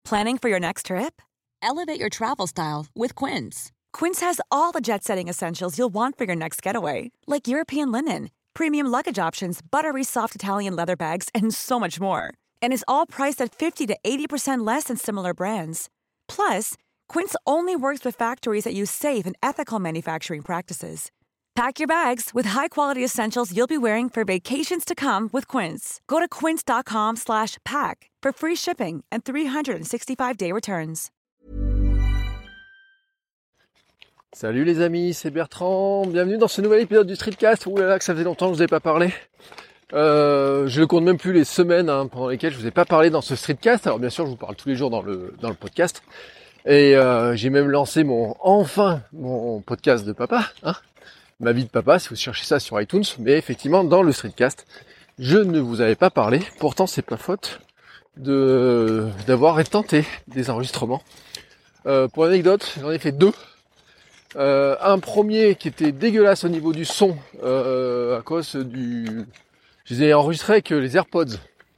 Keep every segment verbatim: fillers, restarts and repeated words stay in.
Planning for your next trip? Elevate your travel style with Quince. Quince has all the jet-setting essentials you'll want for your next getaway, like European linen, premium luggage options, buttery soft Italian leather bags, and so much more. And is all priced at fifty to eighty percent less than similar brands. Plus, Quince only works with factories that use safe and ethical manufacturing practices. Pack your bags with high-quality essentials you'll be wearing for vacations to come with Quince. Go to quince.com slash pack for free shipping and three sixty-five day returns. Salut les amis, c'est Bertrand. Bienvenue dans ce nouvel épisode du Streetcast. Ouh là là, que ça faisait longtemps que je vous ai pas parlé. Euh, je ne compte même plus les semaines hein, pendant lesquelles je vous ai pas parlé dans ce Streetcast. Alors bien sûr, je vous parle tous les jours dans le dans le podcast. Et euh, j'ai même lancé mon enfin mon podcast de papa, hein. Ma vie de papa, si vous cherchez ça sur iTunes, mais effectivement dans le Streetcast, je ne vous avais pas parlé, pourtant c'est pas faute de d'avoir tenté des enregistrements. Euh, pour l'anecdote, j'en ai fait deux. Euh, un premier qui était dégueulasse au niveau du son, euh, à cause du... Je les ai enregistrés avec les AirPods.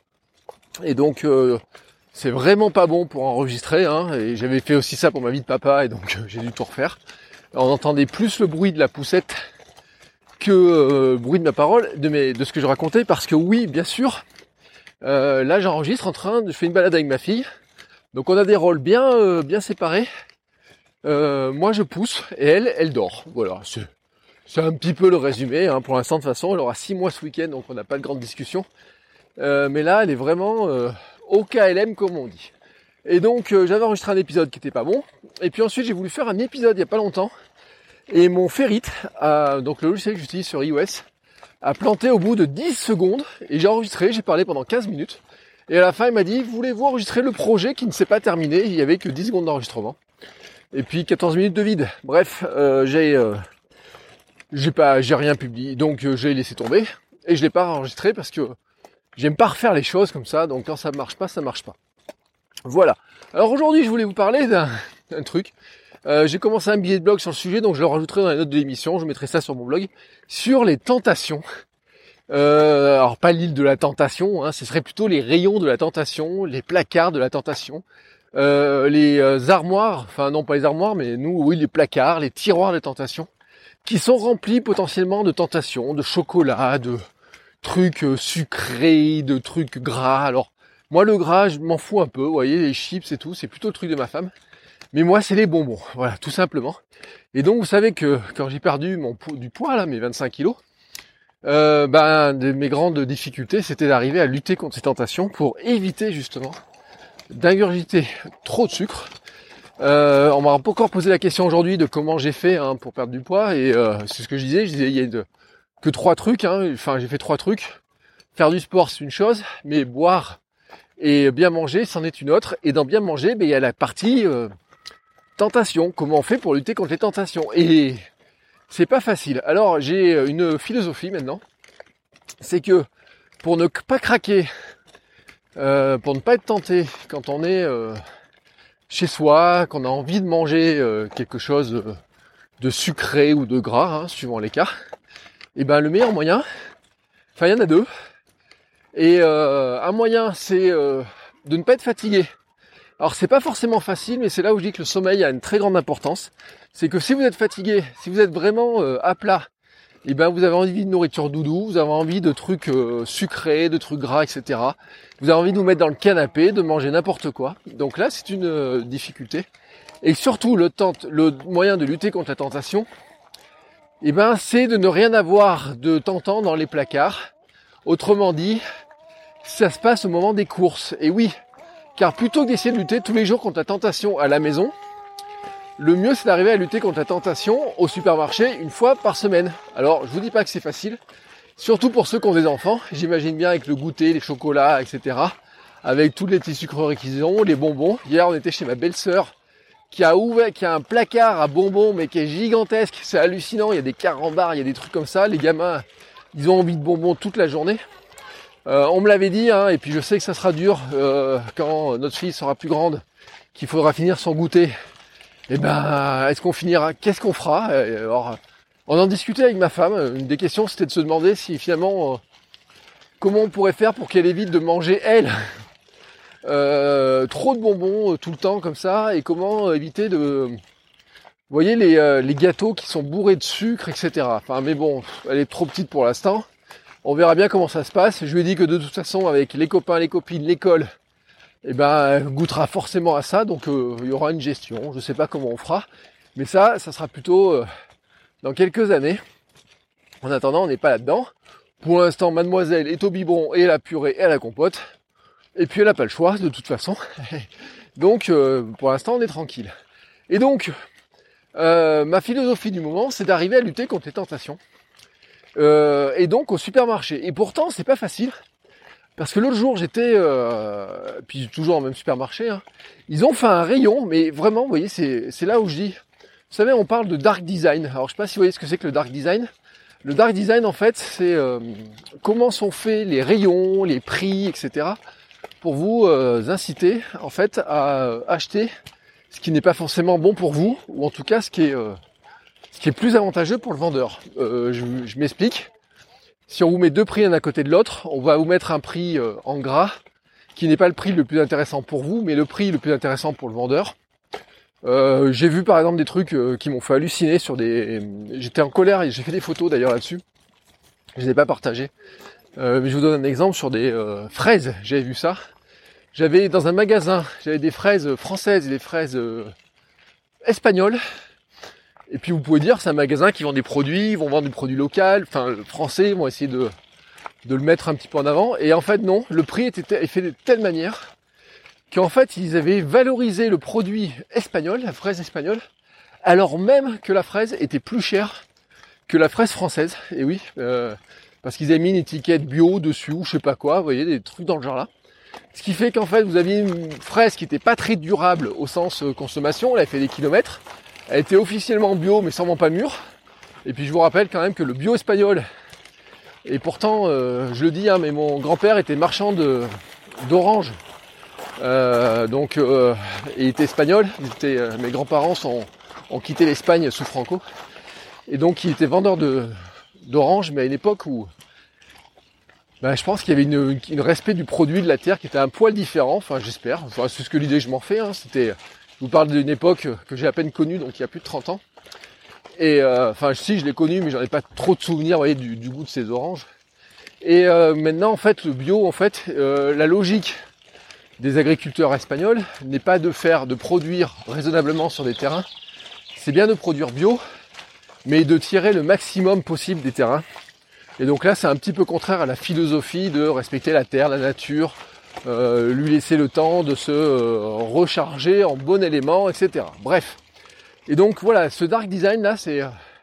Et donc euh, c'est vraiment pas bon pour enregistrer, hein, et j'avais fait aussi ça pour ma vie de papa, et donc euh, j'ai dû tout refaire. On entendait plus le bruit de la poussette que euh, le bruit de ma parole, de, mes, de ce que je racontais, parce que oui, bien sûr, euh, là j'enregistre en train de faire une balade avec ma fille, donc on a des rôles bien euh, bien séparés. Euh, moi je pousse et elle, elle dort. Voilà, c'est, c'est un petit peu le résumé. Hein. Pour l'instant, de toute façon, elle aura six mois ce week-end, donc on n'a pas de grande discussion. Euh, mais là, elle est vraiment euh, au K L M comme on dit. Et donc euh, j'avais enregistré un épisode qui était pas bon, et puis ensuite j'ai voulu faire un épisode il y a pas longtemps, et mon Ferrite, a, donc le logiciel que j'utilise sur iOS, a planté au bout de dix secondes, et j'ai enregistré, j'ai parlé pendant quinze minutes, et à la fin il m'a dit, voulez-vous enregistrer le projet qui ne s'est pas terminé, il y avait que dix secondes d'enregistrement, et puis quatorze minutes de vide. Bref, euh, j'ai euh, j'ai pas j'ai rien publié, donc euh, j'ai laissé tomber, et je l'ai pas enregistré parce que j'aime pas refaire les choses comme ça, donc quand ça marche pas, ça marche pas. Voilà. Alors aujourd'hui, je voulais vous parler d'un, d'un truc. Euh, j'ai commencé un billet de blog sur le sujet, donc je le rajouterai dans les notes de l'émission. Je mettrai ça sur mon blog sur les tentations. Euh, alors pas l'île de la tentation, hein, ce serait plutôt les rayons de la tentation, les placards de la tentation, euh, les euh, armoires, enfin non pas les armoires, mais nous oui les placards, les tiroirs de tentation, qui sont remplis potentiellement de tentations, de chocolat, de trucs euh, sucrés, de trucs gras. Alors moi, le gras, je m'en fous un peu, vous voyez, les chips et tout, c'est plutôt le truc de ma femme. Mais moi, c'est les bonbons, voilà, tout simplement. Et donc, vous savez que quand j'ai perdu mon po- du poids, là, mes vingt-cinq kilos, euh, ben, de mes grandes difficultés, c'était d'arriver à lutter contre ces tentations pour éviter, justement, d'ingurgiter trop de sucre. Euh, on m'a encore posé la question aujourd'hui de comment j'ai fait hein, pour perdre du poids, et euh, c'est ce que je disais, je disais, il y a de, que trois trucs, hein, enfin, j'ai fait trois trucs. Faire du sport, c'est une chose, mais boire et bien manger, c'en est une autre. Et dans bien manger, ben, il y a la partie euh, tentation. Comment on fait pour lutter contre les tentations? Et c'est pas facile. Alors j'ai une philosophie maintenant. C'est que pour ne pas craquer, euh, pour ne pas être tenté quand on est euh, chez soi, qu'on a envie de manger euh, quelque chose de sucré ou de gras, hein, suivant les cas, et ben le meilleur moyen, enfin il y en a deux. Et euh, un moyen, c'est euh, de ne pas être fatigué. Alors c'est pas forcément facile, mais c'est là où je dis que le sommeil a une très grande importance. C'est que si vous êtes fatigué, si vous êtes vraiment euh, à plat, et ben vous avez envie de nourriture doudou, vous avez envie de trucs euh, sucrés, de trucs gras, et cetera. Vous avez envie de vous mettre dans le canapé, de manger n'importe quoi. Donc là, c'est une euh, difficulté. Et surtout, le, tente, le moyen de lutter contre la tentation, et ben c'est de ne rien avoir de tentant dans les placards. Autrement dit, ça se passe au moment des courses. Et oui, car plutôt que d'essayer de lutter tous les jours contre la tentation à la maison, le mieux c'est d'arriver à lutter contre la tentation au supermarché une fois par semaine. Alors je vous dis pas que c'est facile, surtout pour ceux qui ont des enfants, j'imagine bien avec le goûter, les chocolats, et cetera. Avec tous les petits sucreries qu'ils ont, les bonbons. Hier on était chez ma belle-sœur qui a ouvert, qui a un placard à bonbons mais qui est gigantesque, c'est hallucinant, il y a des carambars, il y a des trucs comme ça, les gamins ils ont envie de bonbons toute la journée. Euh, on me l'avait dit, hein, et puis je sais que ça sera dur euh, quand notre fille sera plus grande, qu'il faudra finir son goûter. Et ben, est-ce qu'on finira? Qu'est-ce qu'on fera? Alors, on en discutait avec ma femme. Une des questions, c'était de se demander si finalement, euh, comment on pourrait faire pour qu'elle évite de manger elle euh, trop de bonbons euh, tout le temps comme ça, et comment éviter de... Vous voyez les, euh, les gâteaux qui sont bourrés de sucre, et cetera. Enfin, mais bon, elle est trop petite pour l'instant. On verra bien comment ça se passe. Je lui ai dit que de toute façon, avec les copains, les copines, l'école, eh ben, elle goûtera forcément à ça. Donc, euh, il y aura une gestion. Je sais pas comment on fera. Mais ça, ça sera plutôt euh, dans quelques années. En attendant, on n'est pas là-dedans. Pour l'instant, mademoiselle est au biberon et à la purée et à la compote. Et puis, elle n'a pas le choix, de toute façon. Donc, euh, pour l'instant, on est tranquille. Et donc... Euh, ma philosophie du moment, c'est d'arriver à lutter contre les tentations. Euh, et donc au supermarché. Et pourtant, c'est pas facile. Parce que l'autre jour, j'étais... Euh, puis toujours au même supermarché. Hein, ils ont fait un rayon, mais vraiment, vous voyez, c'est, c'est là où je dis... Vous savez, on parle de dark design. Alors, je sais pas si vous voyez ce que c'est que le dark design. Le dark design, en fait, c'est euh, comment sont faits les rayons, les prix, et cetera. Pour vous euh, inciter, en fait, à acheter... ce qui n'est pas forcément bon pour vous, ou en tout cas ce qui est, euh, ce qui est plus avantageux pour le vendeur. Euh, je, je m'explique. Si on vous met deux prix l'un à côté de l'autre, on va vous mettre un prix euh, en gras, qui n'est pas le prix le plus intéressant pour vous, mais le prix le plus intéressant pour le vendeur. Euh, j'ai vu par exemple des trucs euh, qui m'ont fait halluciner sur des... J'étais en colère et j'ai fait des photos d'ailleurs là-dessus. Je les ai pas partagées. Euh, mais je vous donne un exemple sur des euh, fraises. J'avais vu ça. J'avais dans un magasin, j'avais des fraises françaises et des fraises euh, espagnoles. Et puis vous pouvez dire, c'est un magasin qui vend des produits, ils vont vendre du produit local, enfin français, ils vont essayer de, de le mettre un petit peu en avant. Et en fait non, le prix était fait de telle manière qu'en fait ils avaient valorisé le produit espagnol, la fraise espagnole, alors même que la fraise était plus chère que la fraise française. Et oui, euh, parce qu'ils avaient mis une étiquette bio dessus ou je sais pas quoi, vous voyez, des trucs dans le genre là. Ce qui fait qu'en fait, vous aviez une fraise qui n'était pas très durable au sens euh, consommation, elle avait fait des kilomètres. Elle était officiellement bio, mais sûrement pas mûre. Et puis je vous rappelle quand même que le bio espagnol, et pourtant, euh, je le dis, hein, mais mon grand-père était marchand de, d'oranges. Euh, donc, euh, il était espagnol. Il était, euh, mes grands-parents sont, ont quitté l'Espagne sous Franco. Et donc, il était vendeur de, d'oranges, mais à une époque où... Ben, je pense qu'il y avait une, une respect du produit de la terre qui était un poil différent, enfin j'espère, enfin, c'est ce que l'idée je m'en fais, hein. C'était, je vous parle d'une époque que j'ai à peine connue, donc il y a plus de trente ans, et euh, enfin si je l'ai connue, mais j'en ai pas trop de souvenirs, vous voyez, du, du goût de ces oranges, et euh, maintenant en fait le bio, en fait, euh, la logique des agriculteurs espagnols n'est pas de faire, de produire raisonnablement sur des terrains, c'est bien de produire bio, mais de tirer le maximum possible des terrains. Et donc là, c'est un petit peu contraire à la philosophie de respecter la terre, la nature, euh, lui laisser le temps de se euh, recharger en bon élément, et cetera. Bref. Et donc voilà, ce dark design là, c'est,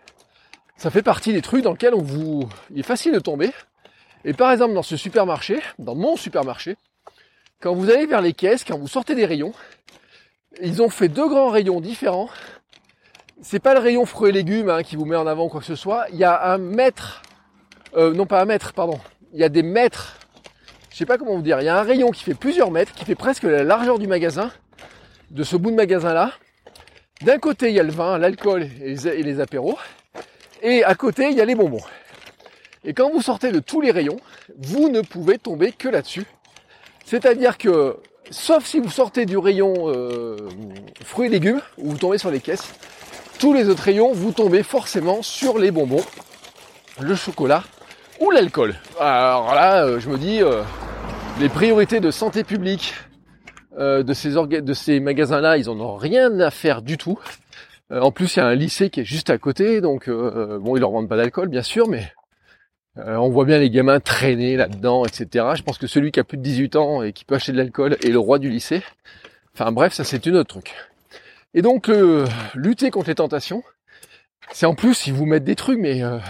ça fait partie des trucs dans lesquels on vous, il est facile de tomber. Et par exemple, dans ce supermarché, dans mon supermarché, quand vous allez vers les caisses, quand vous sortez des rayons, ils ont fait deux grands rayons différents. C'est pas le rayon fruits et légumes hein, qui vous met en avant quoi que ce soit. Il y a un mètre. Euh, non pas un mètre, pardon. Il y a des mètres, je sais pas comment vous dire, il y a un rayon qui fait plusieurs mètres, qui fait presque la largeur du magasin, de ce bout de magasin-là. D'un côté, il y a le vin, l'alcool et les, et les apéros. Et à côté, il y a les bonbons. Et quand vous sortez de tous les rayons, vous ne pouvez tomber que là-dessus. C'est-à-dire que, sauf si vous sortez du rayon euh, fruits et légumes, où vous tombez sur les caisses, tous les autres rayons, vous tombez forcément sur les bonbons, le chocolat ou l'alcool. Alors là, euh, je me dis, euh, les priorités de santé publique euh, de ces orga- de ces magasins-là, ils en ont rien à faire du tout. Euh, en plus, il y a un lycée qui est juste à côté, donc euh, bon, ils leur vendent pas d'alcool, bien sûr, mais euh, on voit bien les gamins traîner là-dedans, et cetera. Je pense que celui qui a plus de dix-huit ans et qui peut acheter de l'alcool est le roi du lycée. Enfin bref, ça c'est une autre truc. Et donc, euh, lutter contre les tentations, c'est en plus, ils vous mettent des trucs, mais... Euh,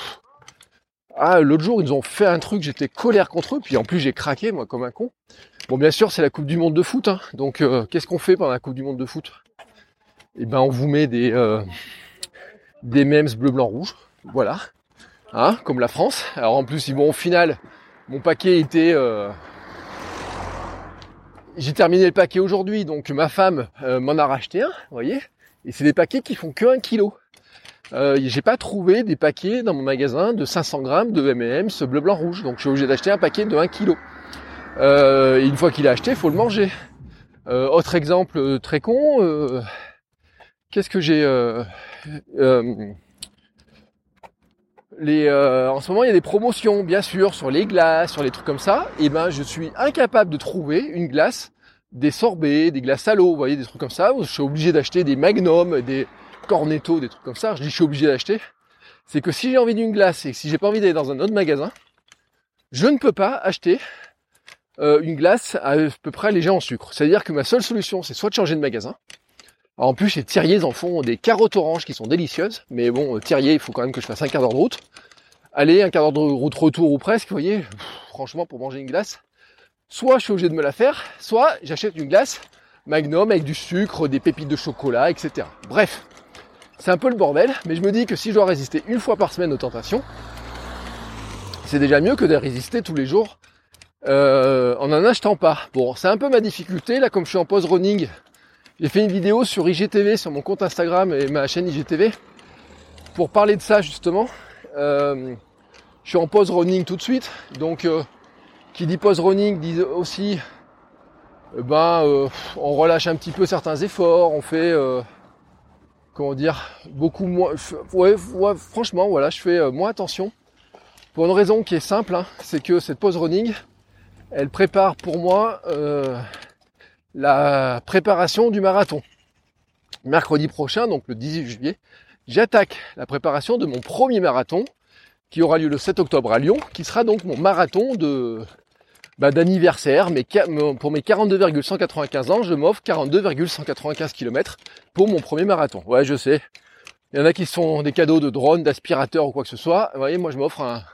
Ah, l'autre jour, ils nous ont fait un truc, j'étais colère contre eux, puis en plus j'ai craqué, moi, comme un con. Bon, bien sûr, c'est la Coupe du Monde de foot, hein. Donc euh, qu'est-ce qu'on fait pendant la Coupe du Monde de foot? Eh ben, on vous met des euh, des memes bleu, blanc, rouge, voilà, hein, comme la France. Alors en plus, bon, au final, mon paquet était... Euh... J'ai terminé le paquet aujourd'hui, donc ma femme euh, m'en a racheté un, vous voyez. Et c'est des paquets qui font que un kilo. Euh, j'ai pas trouvé des paquets dans mon magasin de cinq cents grammes de M and M's bleu, blanc, rouge. Donc je suis obligé d'acheter un paquet de un kilo. Euh, et une fois qu'il est acheté, il faut le manger. Euh, autre exemple euh, très con, euh, qu'est-ce que j'ai euh, euh, les, euh, en ce moment, il y a des promotions, bien sûr, sur les glaces, sur les trucs comme ça. Et ben, je suis incapable de trouver une glace, des sorbets, des glaces à l'eau, vous voyez, des trucs comme ça. Je suis obligé d'acheter des Magnum, des Cornetto, des trucs comme ça. Je dis, je suis obligé d'acheter. C'est que si j'ai envie d'une glace et que si j'ai pas envie d'aller dans un autre magasin, je ne peux pas acheter euh, une glace à, à peu près légère en sucre. C'est-à-dire que ma seule solution, c'est soit de changer de magasin. Alors en plus, les Thiriers en font des carottes oranges qui sont délicieuses. Mais bon, Thiriers, il faut quand même que je fasse un quart d'heure de route. Allez, un quart d'heure de route retour ou presque, vous voyez. Pff, franchement, pour manger une glace, soit je suis obligé de me la faire, soit j'achète une glace Magnum avec du sucre, des pépites de chocolat, et cetera. Bref, c'est un peu le bordel. Mais je me dis que si je dois résister une fois par semaine aux tentations, c'est déjà mieux que de résister tous les jours euh, en n'en achetant pas. Bon, c'est un peu ma difficulté. Là, comme je suis en pause running, j'ai fait une vidéo sur I G T V, sur mon compte Instagram et ma chaîne I G T V, pour parler de ça justement. Euh, je suis en pause running tout de suite, donc euh, qui dit pause running dit aussi, euh, ben, euh, on relâche un petit peu certains efforts, on fait, euh, comment dire, beaucoup moins. Ouais, ouais, franchement, voilà, je fais euh, moins attention. Pour une raison qui est simple, hein, c'est que cette pause running, elle prépare pour moi euh, la préparation du marathon. Mercredi prochain, donc le dix-huit juillet, j'attaque la préparation de mon premier marathon qui aura lieu le sept octobre à Lyon, qui sera donc mon marathon de bah, d'anniversaire. Mais pour mes quarante-deux virgule cent quatre-vingt-quinze ans, je m'offre quarante-deux virgule cent quatre-vingt-quinze kilomètres pour mon premier marathon. Ouais, je sais. Il y en a qui se font des cadeaux de drone, d'aspirateur ou quoi que ce soit. Vous voyez, moi je m'offre un,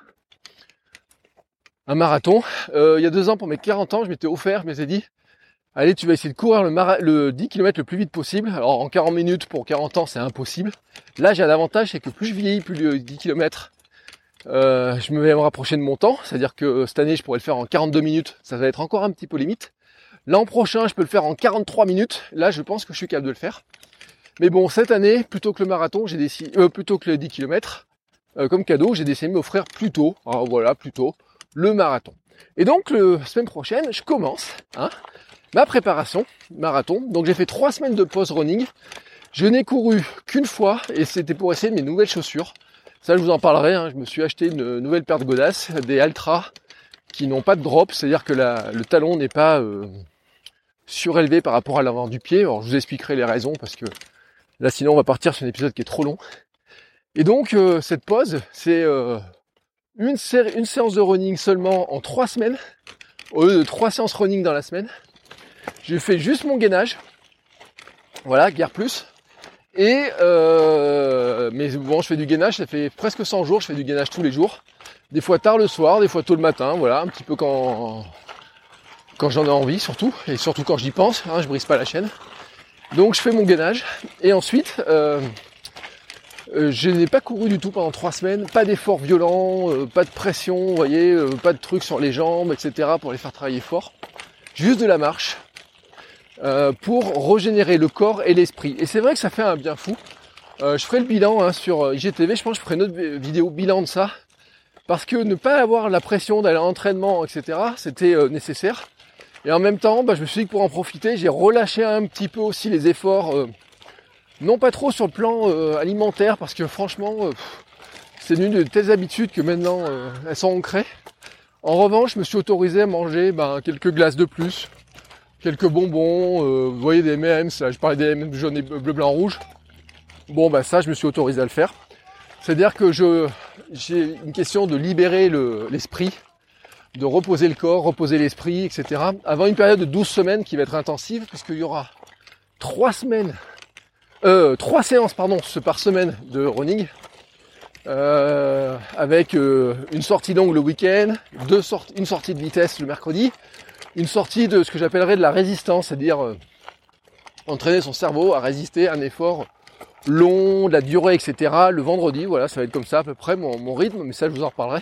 un marathon. Euh, il y a deux ans, pour mes quarante ans, je m'étais offert, je m'étais dit, allez, tu vas essayer de courir le, mara- le dix kilomètres le plus vite possible. Alors en quarante minutes pour quarante ans, c'est impossible. Là, j'ai un avantage, c'est que plus je vieillis, plus le dix kilomètres, euh, je me vais me rapprocher de mon temps. C'est-à-dire que cette année, je pourrais le faire en quarante-deux minutes. Ça va être encore un petit peu limite. L'an prochain, je peux le faire en quarante-trois minutes. Là, je pense que je suis capable de le faire. Mais bon, cette année, plutôt que le marathon, j'ai décidé, euh, plutôt que le dix kilomètres, euh, comme cadeau, j'ai décidé de m'offrir plutôt, hein, voilà, plutôt le marathon. Et donc, la semaine prochaine, je commence, hein, ma préparation marathon. Donc j'ai fait trois semaines de pause running. Je n'ai couru qu'une fois et c'était pour essayer mes nouvelles chaussures. Ça, je vous en parlerai. Hein. Je me suis acheté une nouvelle paire de godasses, des Altra, qui n'ont pas de drop. C'est-à-dire que la, le talon n'est pas euh, surélevé par rapport à l'avant du pied. Alors je vous expliquerai les raisons parce que là sinon on va partir sur un épisode qui est trop long. Et donc euh, cette pause, c'est euh, une, sé- une séance de running seulement en trois semaines, au lieu de trois séances running dans la semaine. J'ai fait juste mon gainage, voilà, guère plus. Et euh, mais bon, je fais du gainage, ça fait presque cent jours, je fais du gainage tous les jours. Des fois tard le soir, des fois tôt le matin, voilà, un petit peu quand quand j'en ai envie surtout, et surtout quand j'y pense, hein, je brise pas la chaîne. Donc je fais mon gainage, et ensuite, euh, euh, je n'ai pas couru du tout pendant trois semaines, pas d'efforts violents, euh, pas de pression, vous voyez, euh, pas de trucs sur les jambes, et cetera pour les faire travailler fort. Juste de la marche. Euh, pour régénérer le corps et l'esprit. Et c'est vrai que ça fait un bien fou. Euh, je ferai le bilan hein, sur I G T V, je pense que je ferai une autre vidéo bilan de ça. Parce que ne pas avoir la pression d'aller à l'entraînement, et cetera, c'était euh, nécessaire. Et en même temps, bah, je me suis dit que pour en profiter, j'ai relâché un petit peu aussi les efforts. Euh, non pas trop sur le plan euh, alimentaire, parce que franchement, euh, pff, c'est une de telles habitudes que maintenant, euh, elles sont ancrées. En revanche, je me suis autorisé à manger bah, quelques glaces de plus. Quelques bonbons, euh, vous voyez des M and M's, là, je parlais des M and M's jaune et bleu, blanc, rouge. Bon bah ça je me suis autorisé à le faire. C'est-à-dire que je j'ai une question de libérer le, l'esprit, de reposer le corps, reposer l'esprit, et cetera. Avant une période de douze semaines qui va être intensive, puisqu'il y aura trois semaines, euh, trois séances pardon, par semaine de running, euh, avec euh, une sortie longue le week-end, deux sorties, une sortie de vitesse le mercredi. Une sortie de ce que j'appellerais de la résistance, c'est-à-dire euh, entraîner son cerveau à résister à un effort long, de la durée, et cetera. Le vendredi, voilà, ça va être comme ça à peu près mon, mon rythme, mais ça je vous en reparlerai.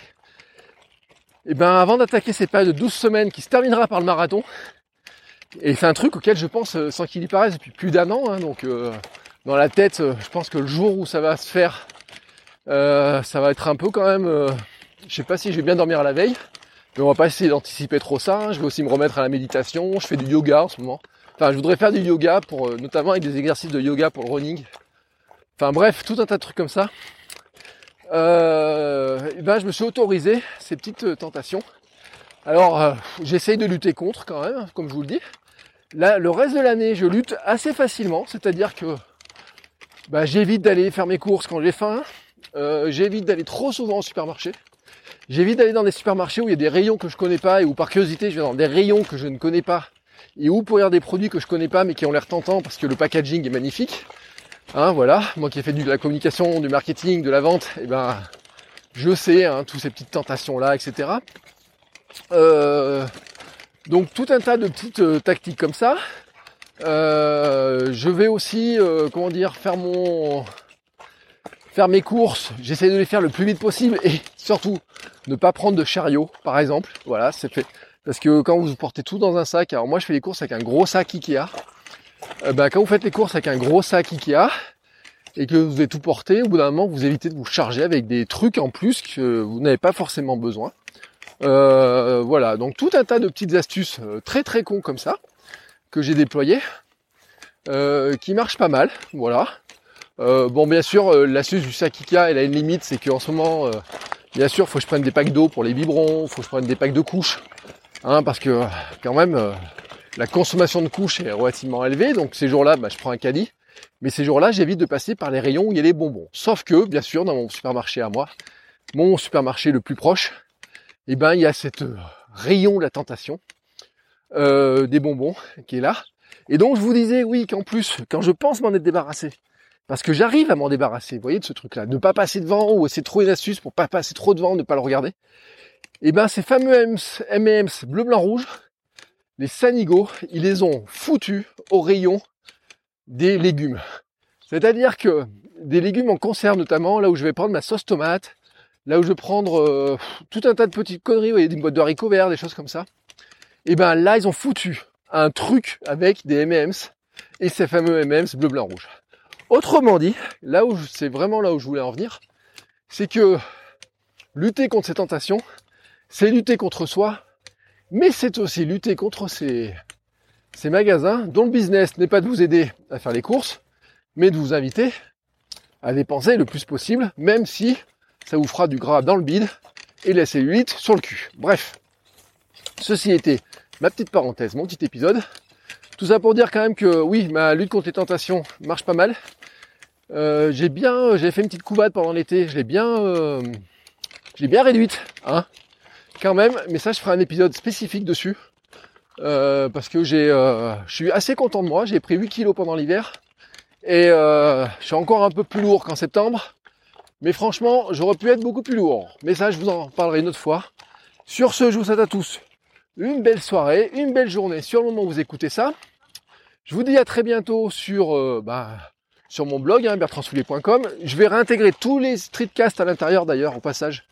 Et ben avant d'attaquer cette période de douze semaines qui se terminera par le marathon, et c'est un truc auquel je pense euh, sans qu'il y paraisse depuis plus d'un an, hein, donc euh, dans la tête, euh, je pense que le jour où ça va se faire, euh, ça va être un peu quand même, euh, je sais pas si je vais bien dormir la veille. Mais on va pas essayer d'anticiper trop ça. Hein. Je vais aussi me remettre à la méditation. Je fais du yoga en ce moment. Enfin, je voudrais faire du yoga, pour, euh, notamment avec des exercices de yoga pour le running. Enfin bref, tout un tas de trucs comme ça. Euh, et ben, je me suis autorisé ces petites euh, tentations. Alors, euh, j'essaye de lutter contre quand même, comme je vous le dis. Là, le reste de l'année, je lutte assez facilement. C'est-à-dire que bah, j'évite d'aller faire mes courses quand j'ai faim. Euh, j'évite d'aller trop souvent au supermarché. J'évite d'aller dans des supermarchés où il y a des rayons que je connais pas et où par curiosité je vais dans des rayons que je ne connais pas et où pour y avoir des produits que je connais pas mais qui ont l'air tentants parce que le packaging est magnifique. Hein, voilà, moi qui ai fait de la communication, du marketing, de la vente, et eh ben je sais hein, toutes ces petites tentations là, et cetera. Euh, donc tout un tas de petites euh, tactiques comme ça. Euh, je vais aussi, euh, comment dire, faire mon faire mes courses, j'essaie de les faire le plus vite possible et surtout ne pas prendre de chariot par exemple, voilà c'est fait, parce que quand vous portez tout dans un sac, alors moi je fais les courses avec un gros sac Ikea, euh, ben, quand vous faites les courses avec un gros sac Ikea et que vous devez tout porter, au bout d'un moment vous évitez de vous charger avec des trucs en plus que vous n'avez pas forcément besoin, euh, voilà, donc tout un tas de petites astuces euh, très très cons comme ça, que j'ai déployées, euh, qui marchent pas mal, voilà. Euh, bon, bien sûr, euh, l'astuce du sac Ikea, elle a une limite, c'est qu'en ce moment, euh, bien sûr, faut que je prenne des packs d'eau pour les biberons, faut que je prenne des packs de couches, hein, parce que quand même, euh, la consommation de couches est relativement élevée, donc ces jours-là, bah, je prends un caddie, mais ces jours-là, j'évite de passer par les rayons où il y a les bonbons. Sauf que, bien sûr, dans mon supermarché à moi, mon supermarché le plus proche, eh ben, il y a cette euh, rayon de la tentation euh, des bonbons qui est là, et donc je vous disais, oui, qu'en plus, quand je pense m'en être débarrassé, parce que j'arrive à m'en débarrasser, vous voyez, de ce truc-là. Ne pas passer devant, ou essayer de trouver une astuce pour pas passer trop devant, ne pas le regarder. Et ben, ces fameux M and M's bleu, blanc, rouge, les Sanigo, ils les ont foutus au rayon des légumes. C'est-à-dire que des légumes en conserve notamment, là où je vais prendre ma sauce tomate, là où je vais prendre euh, tout un tas de petites conneries, vous voyez, des boîtes de haricots verts, des choses comme ça. Et ben là, ils ont foutu un truc avec des M and M's et ces fameux M and M's bleu, blanc, rouge. Autrement dit, là où c'est vraiment là où je voulais en venir, c'est que lutter contre ces tentations, c'est lutter contre soi, mais c'est aussi lutter contre ces, ces magasins dont le business n'est pas de vous aider à faire les courses, mais de vous inviter à dépenser le plus possible, même si ça vous fera du gras dans le bide et de la cellulite sur le cul. Bref, ceci était ma petite parenthèse, mon petit épisode. Tout ça pour dire quand même que oui, ma lutte contre les tentations marche pas mal. Euh, j'ai bien, j'ai fait une petite couvade pendant l'été, je l'ai bien, euh, je l'ai bien réduite, hein, quand même. Mais ça, je ferai un épisode spécifique dessus euh, parce que j'ai, euh, je suis assez content de moi. J'ai pris huit kilos pendant l'hiver et euh, je suis encore un peu plus lourd qu'en septembre. Mais franchement, j'aurais pu être beaucoup plus lourd. Mais ça, je vous en parlerai une autre fois. Sur ce, je vous souhaite à tous une belle soirée, une belle journée sur le moment où vous écoutez ça. Je vous dis à très bientôt sur, euh, bah, sur mon blog, hein, bertrand soulier point com. Je vais réintégrer tous les streetcasts à l'intérieur d'ailleurs, au passage,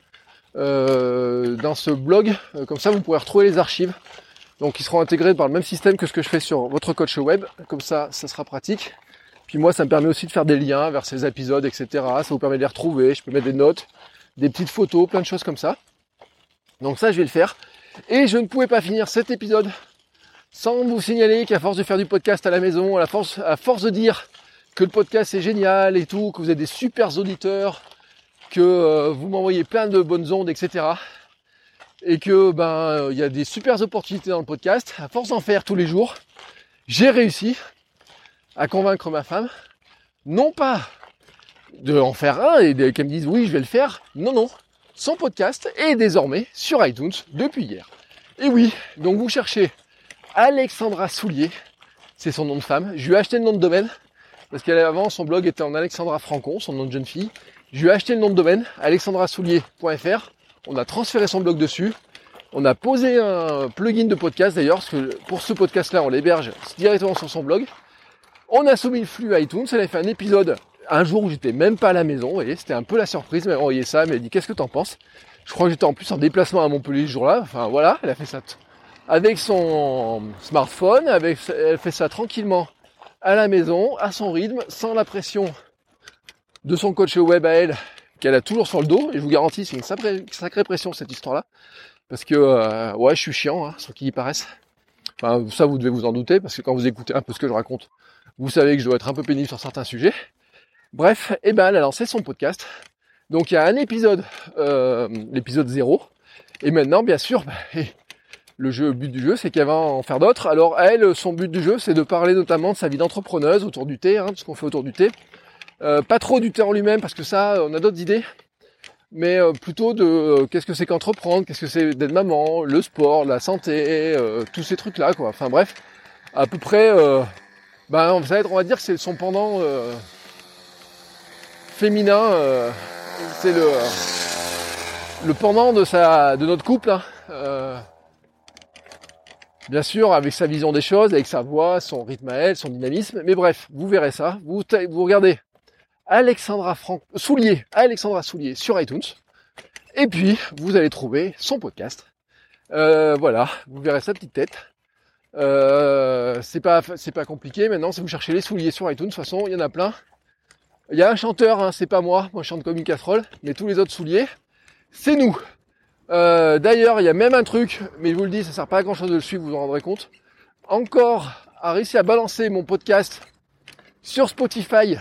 euh, dans ce blog. Euh, comme ça, vous pourrez retrouver les archives. Donc, ils seront intégrés par le même système que ce que je fais sur votre coach web. Comme ça, ça sera pratique. Puis moi, ça me permet aussi de faire des liens vers ces épisodes, et cetera. Ça vous permet de les retrouver. Je peux mettre des notes, des petites photos, plein de choses comme ça. Donc ça, je vais le faire. Et je ne pouvais pas finir cet épisode sans vous signaler qu'à force de faire du podcast à la maison, à force, à force de dire que le podcast est génial et tout, que vous êtes des super auditeurs, que euh, vous m'envoyez plein de bonnes ondes, et cetera. Et que ben il y a des super opportunités dans le podcast. À force d'en faire tous les jours, j'ai réussi à convaincre ma femme, non pas de en faire un et qu'elle me dise oui je vais le faire, non non, son podcast est désormais sur iTunes depuis hier. Et oui, donc vous cherchez Alexandra Soulier, c'est son nom de femme. Je lui ai acheté le nom de domaine parce qu'avant son blog était en Alexandra Francon, son nom de jeune fille. Je lui ai acheté le nom de domaine, alexandra soulier point f r. On a transféré son blog dessus. On a posé un plugin de podcast d'ailleurs, parce que pour ce podcast-là, on l'héberge directement sur son blog. On a soumis le flux à iTunes. Elle a fait un épisode un jour où j'étais même pas à la maison. Vous voyez, c'était un peu la surprise. Elle m'a envoyé ça, elle m'a dit qu'est-ce que t'en penses? Je crois que j'étais en plus en déplacement à Montpellier ce jour-là. Enfin voilà, elle a fait ça t- avec son smartphone. Avec, elle fait ça tranquillement à la maison, à son rythme, sans la pression de son coach web à elle, qu'elle a toujours sur le dos. Et je vous garantis, c'est une sacrée, sacrée pression cette histoire-là. parce que euh, ouais, je suis chiant, hein, sans qu'il y paraisse. Enfin, ça, vous devez vous en douter, parce que quand vous écoutez un peu ce que je raconte, vous savez que je dois être un peu pénible sur certains sujets. Bref, eh ben, elle a lancé son podcast. Donc, il y a un épisode, euh, l'épisode zéro. Et maintenant, bien sûr, bah, le jeu, le but du jeu, c'est qu'elle va en faire d'autres. Alors, elle, son but du jeu, c'est de parler notamment de sa vie d'entrepreneuse autour du thé, hein, tout ce qu'on fait autour du thé. Euh, pas trop du thé en lui-même, parce que ça, on a d'autres idées. Mais euh, plutôt de euh, qu'est-ce que c'est qu'entreprendre, qu'est-ce que c'est d'être maman, le sport, la santé, euh, tous ces trucs-là, quoi. Enfin bref, à peu près, euh, ben on va être, on va dire que c'est son pendant euh, féminin, euh, c'est le euh, le pendant de sa, de notre couple, hein. Euh, bien sûr, avec sa vision des choses, avec sa voix, son rythme à elle, son dynamisme. Mais bref, vous verrez ça. Vous vous regardez. Alexandra Franck, Soulier, Alexandra Soulier sur iTunes. Et puis, vous allez trouver son podcast. Euh, voilà, vous verrez sa petite tête. Euh, c'est pas, c'est pas compliqué. Maintenant, si vous cherchez les souliers sur iTunes, de toute façon, il y en a plein. Il y a un chanteur, hein, c'est pas moi. Moi, je chante comme une casserole. Mais tous les autres souliers, c'est nous. Euh, d'ailleurs, il y a même un truc, mais je vous le dis, ça sert pas à grand chose de le suivre, vous vous en rendrez compte. Encore, a réussi à balancer mon podcast sur Spotify.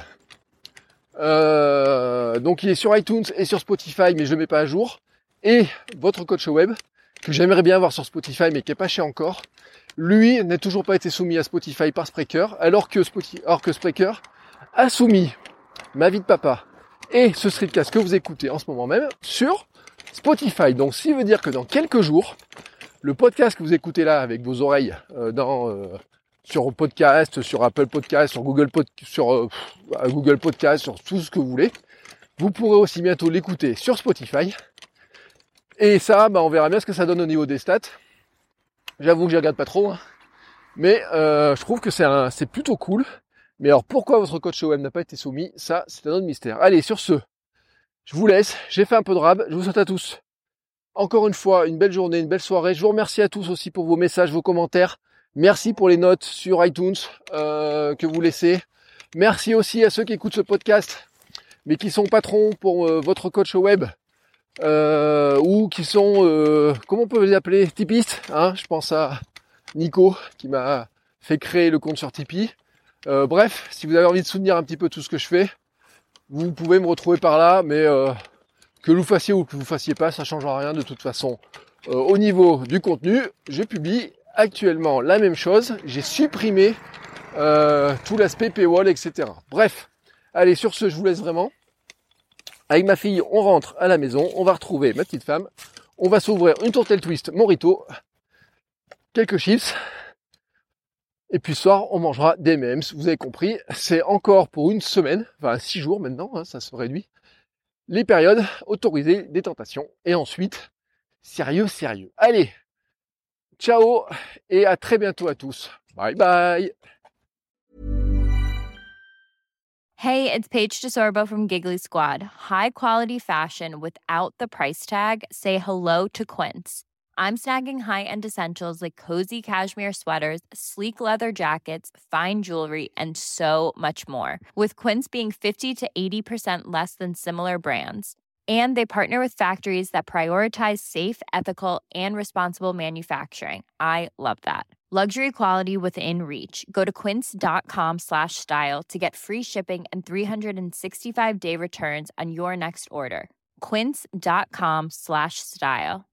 Euh, donc il est sur iTunes et sur Spotify, mais je le mets pas à jour. Et votre coach web, que j'aimerais bien avoir sur Spotify, mais qui est pas cher encore, lui n'a toujours pas été soumis à Spotify par Spreaker, alors que Spotify, alors que Spreaker a soumis Ma vie de papa et ce streetcast que vous écoutez en ce moment même sur Spotify. Donc, ce qui veut dire que dans quelques jours, le podcast que vous écoutez là avec vos oreilles euh, dans euh, sur podcast, sur Apple Podcast, sur Google Pod, sur euh, Google Podcast, sur tout ce que vous voulez, vous pourrez aussi bientôt l'écouter sur Spotify. Et ça, bah, on verra bien ce que ça donne au niveau des stats. J'avoue que je regarde pas trop, hein. Mais euh, je trouve que c'est un, c'est plutôt cool. Mais alors pourquoi votre coach web n'a pas été soumis, ça c'est un autre mystère. Allez, sur ce, je vous laisse, j'ai fait un peu de rab, je vous souhaite à tous encore une fois une belle journée, une belle soirée. Je vous remercie à tous aussi pour vos messages, vos commentaires. Merci pour les notes sur iTunes euh, que vous laissez. Merci aussi à ceux qui écoutent ce podcast, mais qui sont patrons pour euh, votre coach web. Euh, ou qui sont, euh, comment on peut les appeler, tipistes, hein. Je pense à Nico qui m'a fait créer le compte sur Tipeee. Euh, bref, si vous avez envie de soutenir un petit peu tout ce que je fais, vous pouvez me retrouver par là, mais euh, que vous fassiez ou que vous fassiez pas, ça changera rien de toute façon. Euh, au niveau du contenu, je publie actuellement la même chose. J'ai supprimé euh, tout l'aspect paywall, et cetera. Bref, allez, sur ce, je vous laisse vraiment. Avec ma fille, on rentre à la maison, on va retrouver ma petite femme, on va s'ouvrir une tourtelle twist Morito, quelques chips, et puis ce soir, on mangera des M and M's. Vous avez compris, c'est encore pour une semaine, enfin six jours maintenant, hein, ça se réduit, les périodes autorisées des tentations. Et ensuite, sérieux, sérieux. Allez, ciao et à très bientôt à tous. Bye bye. Hey, it's Paige DeSorbo from Giggly Squad. High quality fashion without the price tag. Say hello to Quince. I'm snagging high-end essentials like cozy cashmere sweaters, sleek leather jackets, fine jewelry, and so much more. With Quince being fifty to eighty percent less than similar brands. And they partner with factories that prioritize safe, ethical, and responsible manufacturing. I love that. Luxury quality within reach. Go to quince.com slash style to get free shipping and three sixty-five day returns on your next order. Quince.com slash style.